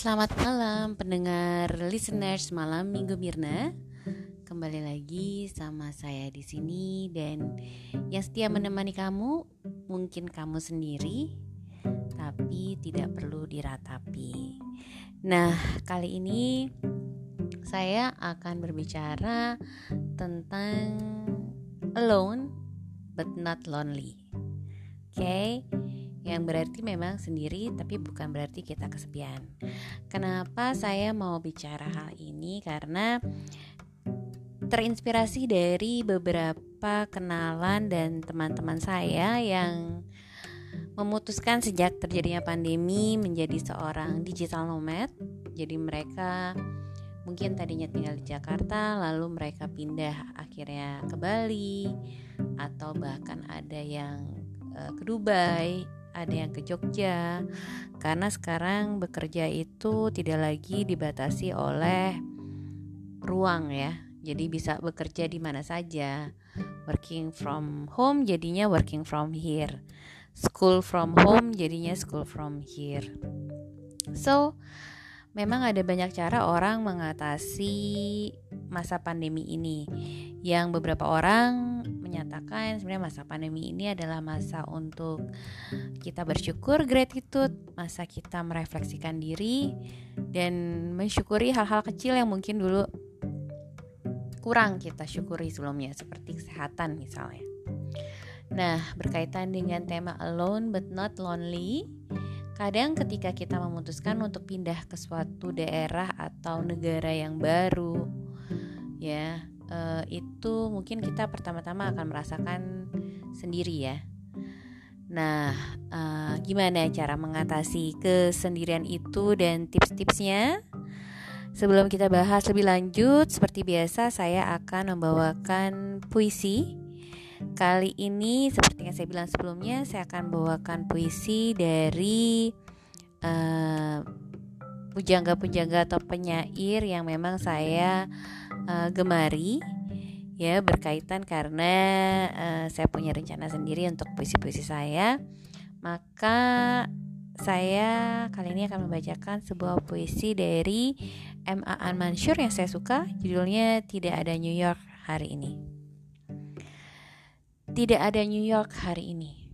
Selamat malam pendengar listeners malam Minggu Mirna. Kembali lagi sama saya di sini dan yang setia menemani kamu mungkin kamu sendiri, tapi tidak perlu diratapi. Nah, kali ini saya akan berbicara tentang alone but not lonely. Oke? Yang berarti memang sendiri tapi bukan berarti kita kesepian. Kenapa saya mau bicara hal ini? Karena terinspirasi dari beberapa kenalan dan teman-teman saya yang memutuskan sejak terjadinya pandemi menjadi seorang digital nomad. Jadi mereka mungkin tadinya tinggal di Jakarta, lalu mereka pindah akhirnya ke Bali, atau bahkan ada yang ke Dubai, ada yang ke Jogja. Karena sekarang bekerja itu tidak lagi dibatasi oleh ruang ya. Jadi bisa bekerja di mana saja. Working from home jadinya working from here. School from home jadinya school from here. So, memang ada banyak cara orang mengatasi masa pandemi ini. Yang beberapa orang menyatakan sebenarnya masa pandemi ini adalah masa untuk kita bersyukur, gratitude, masa kita merefleksikan diri dan mensyukuri hal-hal kecil yang mungkin dulu kurang kita syukuri sebelumnya, seperti kesehatan misalnya. Nah, berkaitan dengan tema alone but not lonely, kadang ketika kita memutuskan untuk pindah ke suatu daerah atau negara yang baru, ya, itu mungkin kita pertama-tama akan merasakan sendiri ya. Nah, gimana cara mengatasi kesendirian itu dan tips-tipsnya? Sebelum kita bahas lebih lanjut, seperti biasa saya akan membawakan puisi. Kali ini seperti yang saya bilang sebelumnya, saya akan bawakan puisi dari pujangga-pujangga atau penyair yang memang saya gemari ya, berkaitan karena saya punya rencana sendiri untuk puisi-puisi saya. Maka saya kali ini akan membacakan sebuah puisi dari M.A. Mansur yang saya suka. Judulnya Tidak Ada New York Hari Ini. Tidak ada New York hari ini.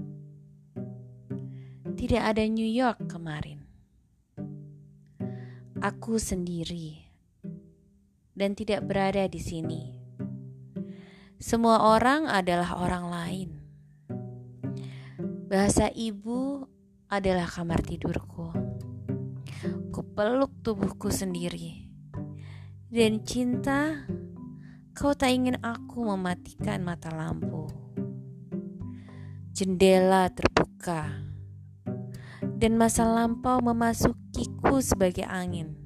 Tidak ada New York kemarin. Aku sendiri dan tidak berada di sini. Semua orang adalah orang lain. Bahasa ibu adalah kamar tidurku. Kupeluk tubuhku sendiri. Dan cinta, kau tak ingin aku mematikan mata lampu. Jendela terbuka. Dan masa lampau memasukiku sebagai angin.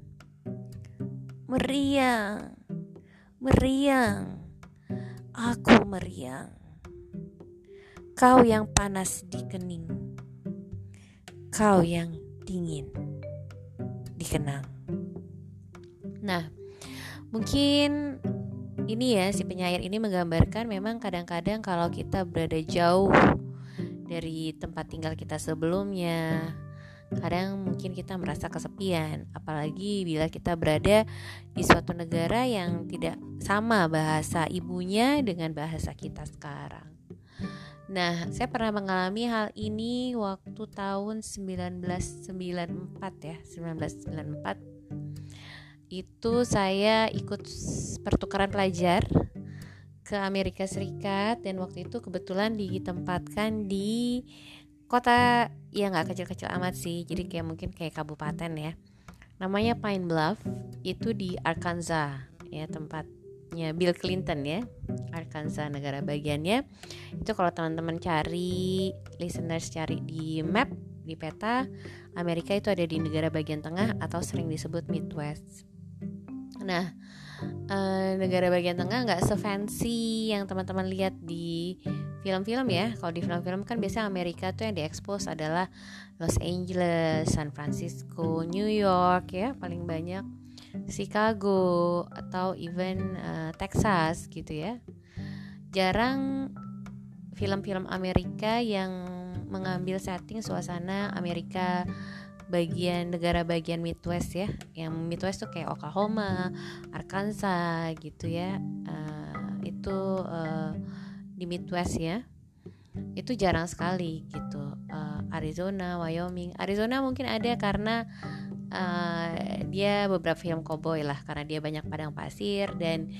Meriang, meriang. Aku meriang. Kau yang panas di kening, kau yang dingin dikenang. Nah, mungkin ini ya, si penyair ini menggambarkan memang kadang-kadang kalau kita berada jauh dari tempat tinggal kita sebelumnya, kadang mungkin kita merasa kesepian, apalagi bila kita berada di suatu negara yang tidak sama bahasa ibunya dengan bahasa kita sekarang. Nah, saya pernah mengalami hal ini waktu tahun 1994 ya, 1994. Itu saya ikut pertukaran pelajar ke Amerika Serikat dan waktu itu kebetulan ditempatkan di kota yang gak kecil-kecil amat sih, jadi kayak mungkin kayak kabupaten ya. Namanya Pine Bluff, itu di Arkansas ya, tempatnya Bill Clinton ya. Arkansas negara bagiannya. Itu kalau teman-teman cari, listeners cari di map, di peta, Amerika itu ada di negara bagian tengah atau sering disebut Midwest. Nah, negara bagian tengah gak se-fancy yang teman-teman lihat di film-film ya. Kalau di film-film kan biasanya Amerika tuh yang diekspos adalah Los Angeles, San Francisco, New York ya paling banyak, Chicago atau even Texas gitu ya. Jarang film-film Amerika yang mengambil setting suasana Amerika negara bagian Midwest ya. Yang Midwest tuh kayak Oklahoma, Arkansas gitu ya. Itu di Midwest ya. Itu jarang sekali gitu. Arizona, Wyoming. Arizona mungkin ada karena dia beberapa film cowboy lah, karena dia banyak padang pasir dan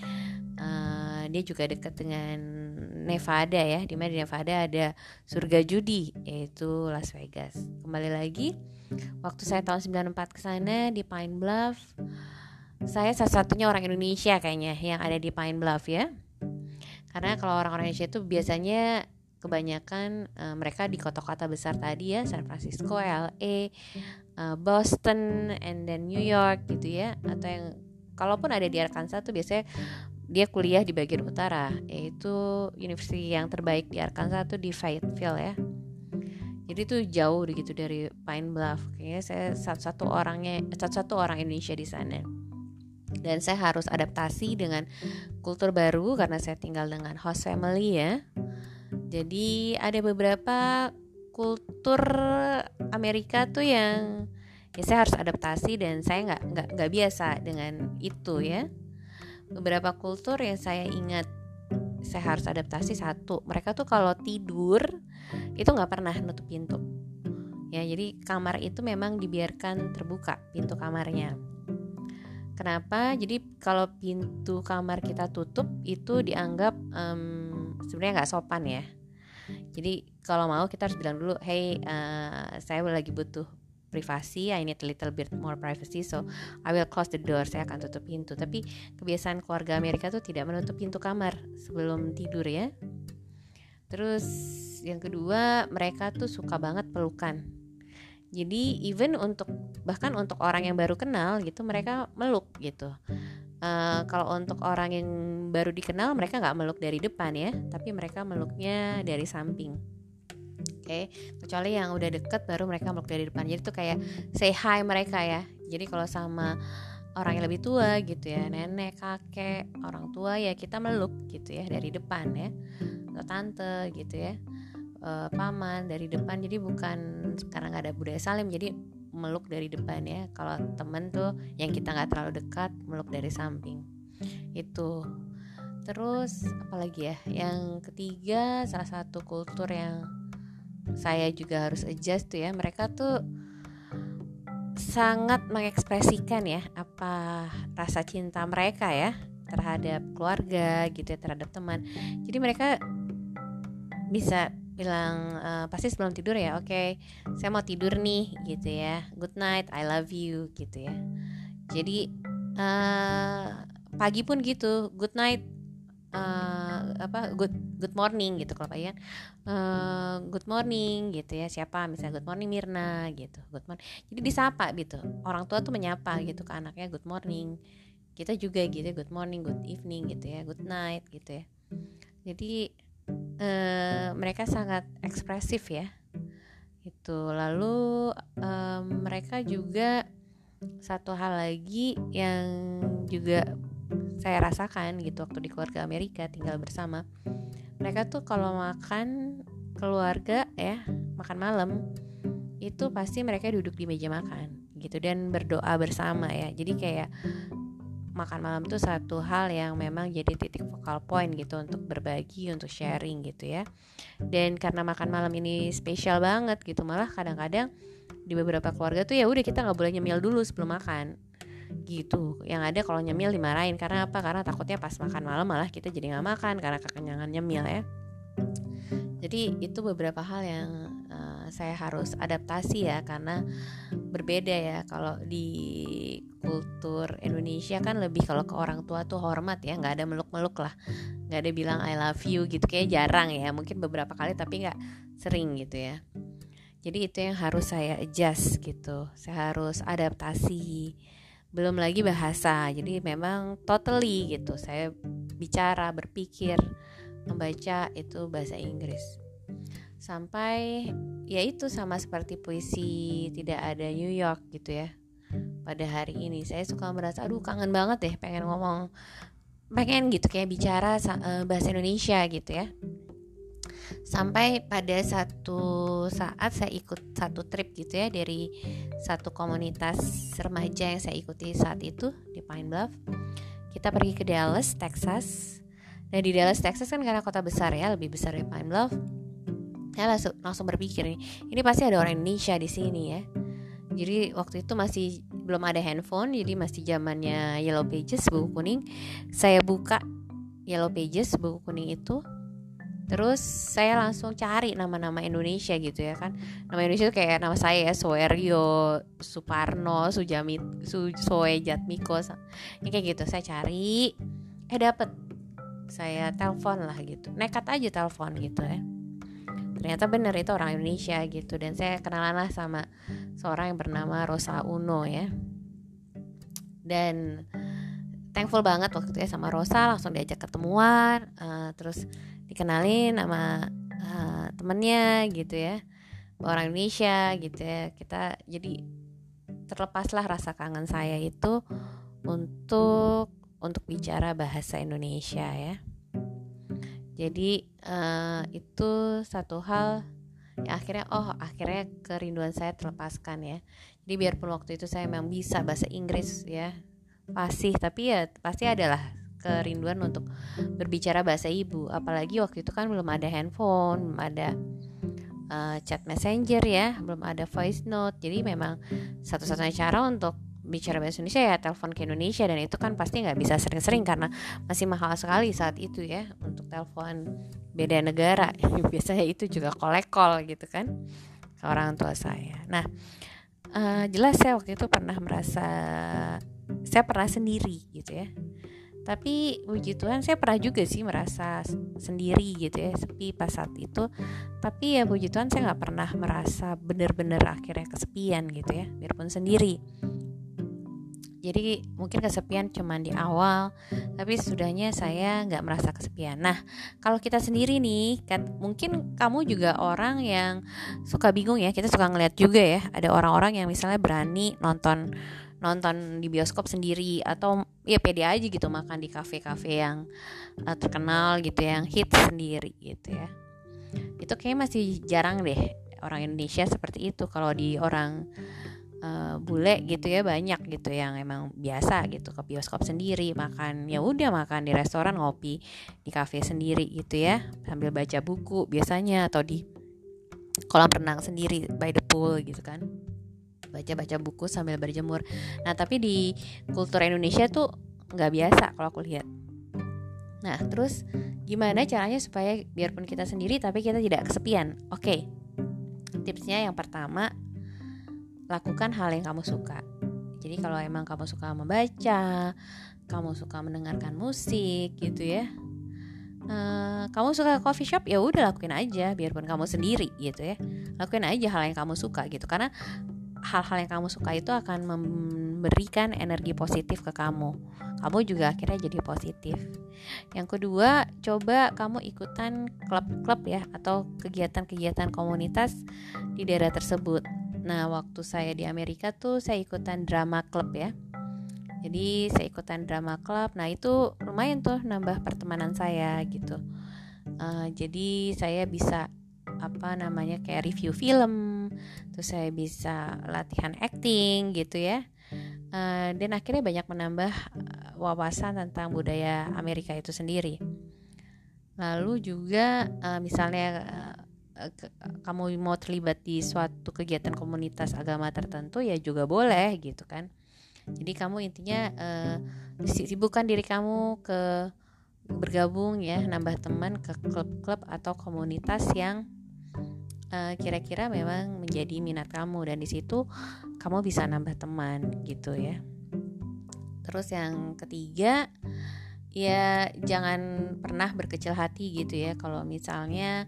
dia juga dekat dengan Nevada ya, di mana di Nevada ada surga judi yaitu Las Vegas. Kembali lagi, waktu saya tahun 94 ke sana di Pine Bluff, saya satu-satunya orang Indonesia kayaknya yang ada di Pine Bluff ya. Karena kalau orang-orang Indonesia itu biasanya kebanyakan mereka di kota-kota besar tadi ya, San Francisco, LA, Boston, and then New York gitu ya. Atau yang kalaupun ada di Arkansas tuh biasanya dia kuliah di bagian utara, yaitu university yang terbaik di Arkansas tuh di Fayetteville ya. Jadi tuh jauh gitu dari Pine Bluff. Kayaknya saya satu-satu orang Indonesia di sana. Dan saya harus adaptasi dengan kultur baru karena saya tinggal dengan host family ya. Jadi ada beberapa kultur Amerika tuh yang ya saya harus adaptasi dan saya nggak biasa dengan itu ya. Beberapa kultur yang saya ingat saya harus adaptasi, satu, mereka tuh kalau tidur itu nggak pernah nutup pintu ya. Jadi kamar itu memang dibiarkan terbuka pintu kamarnya. Kenapa? Jadi kalau pintu kamar kita tutup itu dianggap sebenarnya nggak sopan ya. Jadi kalau mau kita harus bilang dulu, hey, saya lagi butuh privasi, I need a little bit more privacy, so I will close the door, saya akan tutup pintu. Tapi kebiasaan keluarga Amerika tuh tidak menutup pintu kamar sebelum tidur ya. Terus yang kedua, mereka tuh suka banget pelukan. Jadi bahkan untuk orang yang baru kenal gitu, mereka meluk gitu. Kalau untuk orang yang baru dikenal, mereka nggak meluk dari depan ya, tapi mereka meluknya dari samping. Kecuali yang udah deket baru mereka meluk dari depan. Jadi tuh kayak say hi mereka ya. Jadi kalau sama orang yang lebih tua gitu ya, nenek, kakek, orang tua ya kita meluk gitu ya dari depan ya, atau tante gitu ya, paman dari depan. Jadi bukan, karena nggak ada budaya salim, jadi meluk dari depan ya. Kalau temen tuh yang kita nggak terlalu dekat, meluk dari samping itu. Terus apalagi ya, yang ketiga, salah satu kultur yang saya juga harus adjust tuh ya, mereka tuh sangat mengekspresikan ya apa rasa cinta mereka ya terhadap keluarga gitu ya, terhadap teman. Jadi mereka bisa bilang pasti sebelum tidur ya, oke, saya mau tidur nih gitu ya, good night, I love you gitu ya. Jadi pagi pun gitu, good night, good morning gitu kalau pagi kan, good morning gitu ya, siapa misalnya good morning Mirna gitu, good morning. Jadi disapa gitu, orang tua tuh menyapa gitu ke anaknya good morning. Kita juga gitu, good morning, good evening gitu ya, good night gitu ya. Jadi mereka sangat ekspresif ya itu. Lalu mereka juga satu hal lagi yang juga saya rasakan gitu waktu di keluarga Amerika tinggal bersama, mereka tuh kalau makan keluarga ya, makan malam itu pasti mereka duduk di meja makan gitu dan berdoa bersama ya. Jadi kayak makan malam tuh satu hal yang memang jadi titik focal point gitu untuk berbagi, untuk sharing gitu ya. Dan karena makan malam ini spesial banget gitu, malah kadang-kadang di beberapa keluarga tuh ya udah kita nggak boleh nyemil dulu sebelum makan gitu. Yang ada kalau nyemil dimarahin. Karena apa? Karena takutnya pas makan malam malah kita jadi nggak makan karena kekenyangan nyemil ya. Jadi itu beberapa hal yang saya harus adaptasi ya, karena berbeda ya. Kalau di kultur Indonesia kan lebih, kalau ke orang tua tuh hormat ya, nggak ada meluk-meluk lah, nggak ada bilang I love you gitu, kayak jarang ya, mungkin beberapa kali tapi nggak sering gitu ya. Jadi itu yang harus saya adjust gitu, saya harus adaptasi. Belum lagi bahasa, jadi memang totally gitu, saya bicara, berpikir, membaca itu bahasa Inggris. Sampai ya itu sama seperti puisi Tidak Ada New York gitu ya. Pada hari ini saya suka merasa aduh kangen banget deh, pengen gitu kayak bicara bahasa Indonesia gitu ya. Sampai pada satu saat saya ikut satu trip gitu ya, dari satu komunitas remaja yang saya ikuti saat itu di Pine Bluff. Kita pergi ke Dallas, Texas. Nah di Dallas, Texas kan karena kota besar ya, lebih besar dari Pine Bluff. Saya langsung berpikir ini pasti ada orang Indonesia di sini ya. Jadi waktu itu masih belum ada handphone, jadi masih zamannya Yellow Pages, buku kuning. Saya buka Yellow Pages, buku kuning itu. Terus saya langsung cari nama-nama Indonesia gitu ya kan. Nama Indonesia itu kayak nama saya ya, Soerio, Suparno, Soe Jatmiko. Ini kayak gitu saya cari. Dapet. Saya telepon lah gitu. Nekat aja telepon gitu ya. Ternyata bener itu orang Indonesia gitu. Dan saya kenalan lah sama seorang yang bernama Rosa Uno ya. Dan thankful banget waktu itu ya sama Rosa, langsung diajak ketemuan, terus dikenalin sama temennya gitu ya, orang Indonesia gitu ya. Kita jadi terlepaslah rasa kangen saya itu untuk bicara bahasa Indonesia ya. Jadi itu satu hal yang akhirnya kerinduan saya terlepaskan ya. Jadi biarpun waktu itu saya memang bisa bahasa Inggris ya, tapi ya pasti adalah kerinduan untuk berbicara bahasa ibu. Apalagi waktu itu kan belum ada handphone, belum ada chat messenger ya, belum ada voice note. Jadi memang satu-satunya cara untuk bicara bahasa Indonesia ya telepon ke Indonesia, dan itu kan pasti nggak bisa sering-sering karena masih mahal sekali saat itu ya untuk telepon beda negara. Biasanya itu juga kolekol gitu kan ke orang tua saya. Nah jelas saya waktu itu saya pernah sendiri gitu ya. Tapi puji Tuhan saya pernah juga sih merasa sendiri gitu ya, sepi pas saat itu. Tapi ya puji Tuhan saya gak pernah merasa benar-benar akhirnya kesepian gitu ya, biarpun sendiri. Jadi mungkin kesepian cuman di awal, tapi sesudahnya saya gak merasa kesepian. Nah kalau kita sendiri nih mungkin kamu juga orang yang suka bingung ya. Kita suka ngeliat juga ya, ada orang-orang yang misalnya berani nonton di bioskop sendiri, atau ya pede aja gitu makan di kafe-kafe yang terkenal gitu, yang hits sendiri gitu ya. Itu kayaknya masih jarang deh orang Indonesia seperti itu. Kalau di orang bule gitu ya banyak gitu yang emang biasa gitu ke bioskop sendiri, makan ya udah makan di restoran, ngopi di kafe sendiri gitu ya, sambil baca buku biasanya, atau di kolam renang sendiri by the pool gitu kan, baca buku sambil berjemur. Nah tapi di kultur Indonesia tuh nggak biasa kalau aku lihat. Nah terus gimana caranya supaya biarpun kita sendiri tapi kita tidak kesepian? Oke, tipsnya yang pertama, lakukan hal yang kamu suka. Jadi kalau emang kamu suka membaca, kamu suka mendengarkan musik gitu ya, kamu suka coffee shop, ya udah lakuin aja biarpun kamu sendiri gitu ya. Lakuin aja hal yang kamu suka gitu, karena hal-hal yang kamu suka itu akan memberikan energi positif ke kamu. Kamu juga akhirnya jadi positif. Yang kedua, coba kamu ikutan klub-klub ya, atau kegiatan-kegiatan komunitas di daerah tersebut. Nah waktu saya di Amerika tuh saya ikutan drama club ya. Jadi saya ikutan drama club. Nah itu lumayan tuh nambah pertemanan saya gitu. Jadi saya bisa kayak review film, terus saya bisa latihan acting gitu ya. Dan akhirnya banyak menambah wawasan tentang budaya Amerika itu sendiri. Lalu juga misalnya kamu mau terlibat di suatu kegiatan komunitas agama tertentu ya juga boleh gitu kan. Jadi kamu intinya sibukkan diri kamu ke bergabung ya, nambah teman ke klub-klub atau komunitas yang kira-kira memang menjadi minat kamu, dan di situ kamu bisa nambah teman gitu ya. Terus yang ketiga, ya jangan pernah berkecil hati gitu ya kalau misalnya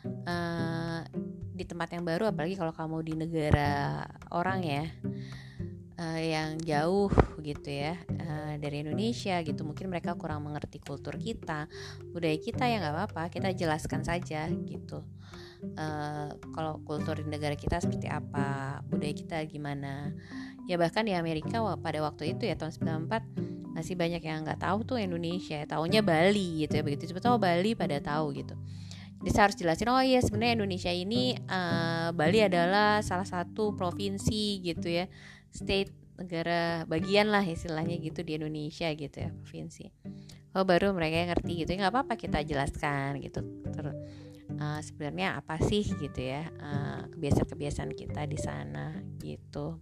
di tempat yang baru, apalagi kalau kamu di negara orang ya, yang jauh gitu ya dari Indonesia gitu. Mungkin mereka kurang mengerti kultur kita, budaya kita, ya nggak apa-apa, kita jelaskan saja gitu. Kalau kultur di negara kita seperti apa, budaya kita gimana. Ya bahkan di Amerika pada waktu itu ya tahun 94 masih banyak yang nggak tahu tuh Indonesia, taunya Bali gitu ya. Begitu cepet tahu Bali pada tahu gitu. Jadi saya harus jelasin, oh iya sebenarnya Indonesia ini Bali adalah salah satu provinsi gitu ya, state, negara bagian lah istilahnya gitu di Indonesia gitu ya, provinsi. Oh baru mereka ngerti gitu ya, nggak apa-apa kita jelaskan gitu. Terus sebenarnya apa sih gitu ya kebiasaan-kebiasaan kita di sana gitu.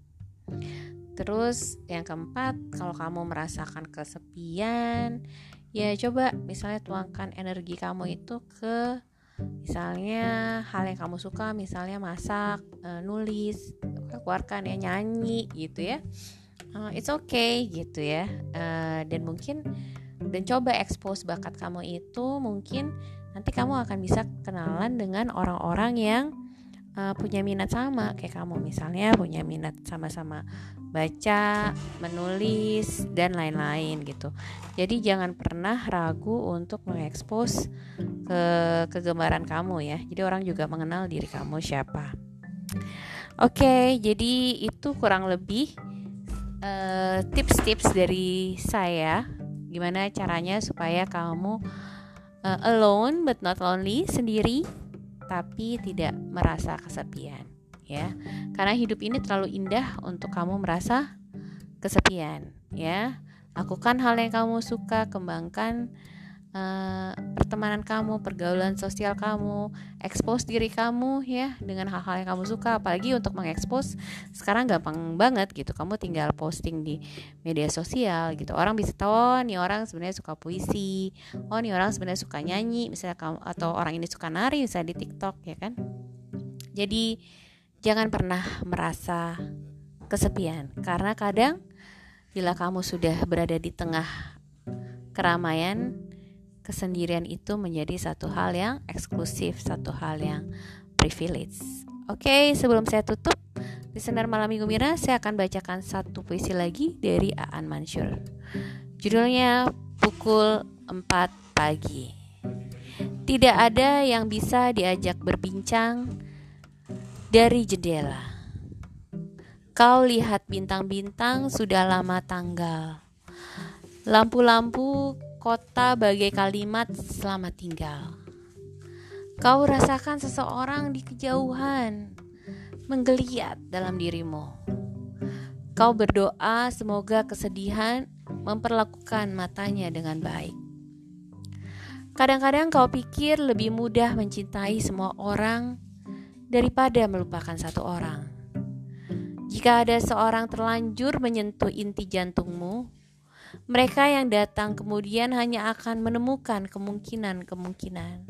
Terus yang keempat, kalau kamu merasakan kesepian, ya coba misalnya tuangkan energi kamu itu ke misalnya hal yang kamu suka, misalnya masak, nulis, keluarkan ya, nyanyi gitu ya. It's okay gitu ya. Dan mungkin coba expose bakat kamu itu, mungkin nanti kamu akan bisa kenalan dengan orang-orang yang punya minat sama kayak kamu, misalnya punya minat sama-sama baca, menulis dan lain-lain gitu. Jadi jangan pernah ragu untuk mengekspos kegemaran kamu ya. Jadi orang juga mengenal diri kamu siapa. Oke, jadi itu kurang lebih tips-tips dari saya gimana caranya supaya kamu alone but not lonely, sendiri tapi tidak merasa kesepian ya. Karena hidup ini terlalu indah untuk kamu merasa kesepian ya. Lakukan hal yang kamu suka, kembangkan pertemanan kamu, pergaulan sosial kamu, expose diri kamu ya dengan hal-hal yang kamu suka. Apalagi untuk mengekspos sekarang gampang banget gitu. Kamu tinggal posting di media sosial gitu. Orang bisa tahu, oh, nih orang sebenarnya suka puisi, oh nih orang sebenarnya suka nyanyi, misalnya kamu, atau orang ini suka nari misalnya di TikTok ya kan. Jadi jangan pernah merasa kesepian, karena kadang bila kamu sudah berada di tengah keramaian, kesendirian itu menjadi satu hal yang eksklusif, satu hal yang privilege. Oke, sebelum saya tutup listener Malam Minggu Mirna, saya akan bacakan satu puisi lagi dari Aan Mansur. Judulnya Pukul 4 Pagi. Tidak ada yang bisa diajak berbincang dari jendela. Kau lihat bintang-bintang sudah lama tanggal. Lampu-lampu kota bagai kalimat selamat tinggal. Kau rasakan seseorang di kejauhan menggeliat dalam dirimu. Kau berdoa semoga kesedihan memperlakukan matanya dengan baik. Kadang-kadang kau pikir lebih mudah mencintai semua orang daripada melupakan satu orang. Jika ada seorang terlanjur menyentuh inti jantungmu, mereka yang datang kemudian hanya akan menemukan kemungkinan-kemungkinan.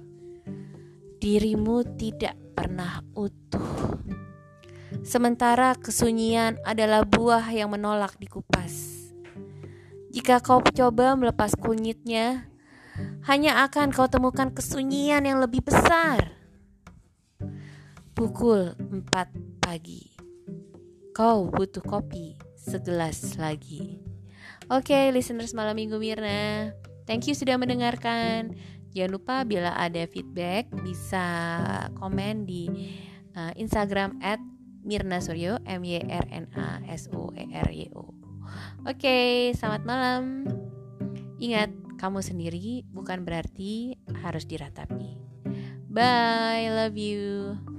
Dirimu tidak pernah utuh. Sementara kesunyian adalah buah yang menolak dikupas. Jika kau coba melepas kunyitnya, hanya akan kau temukan kesunyian yang lebih besar. Pukul 4 pagi. Kau butuh kopi segelas lagi. Oke, listeners Malam Minggu Mirna, thank you sudah mendengarkan. Jangan lupa bila ada feedback bisa komen di Instagram @mirnasuryo, MYRNASOERYO. Oke, selamat malam. Ingat, kamu sendiri bukan berarti harus diratapi. Bye, love you.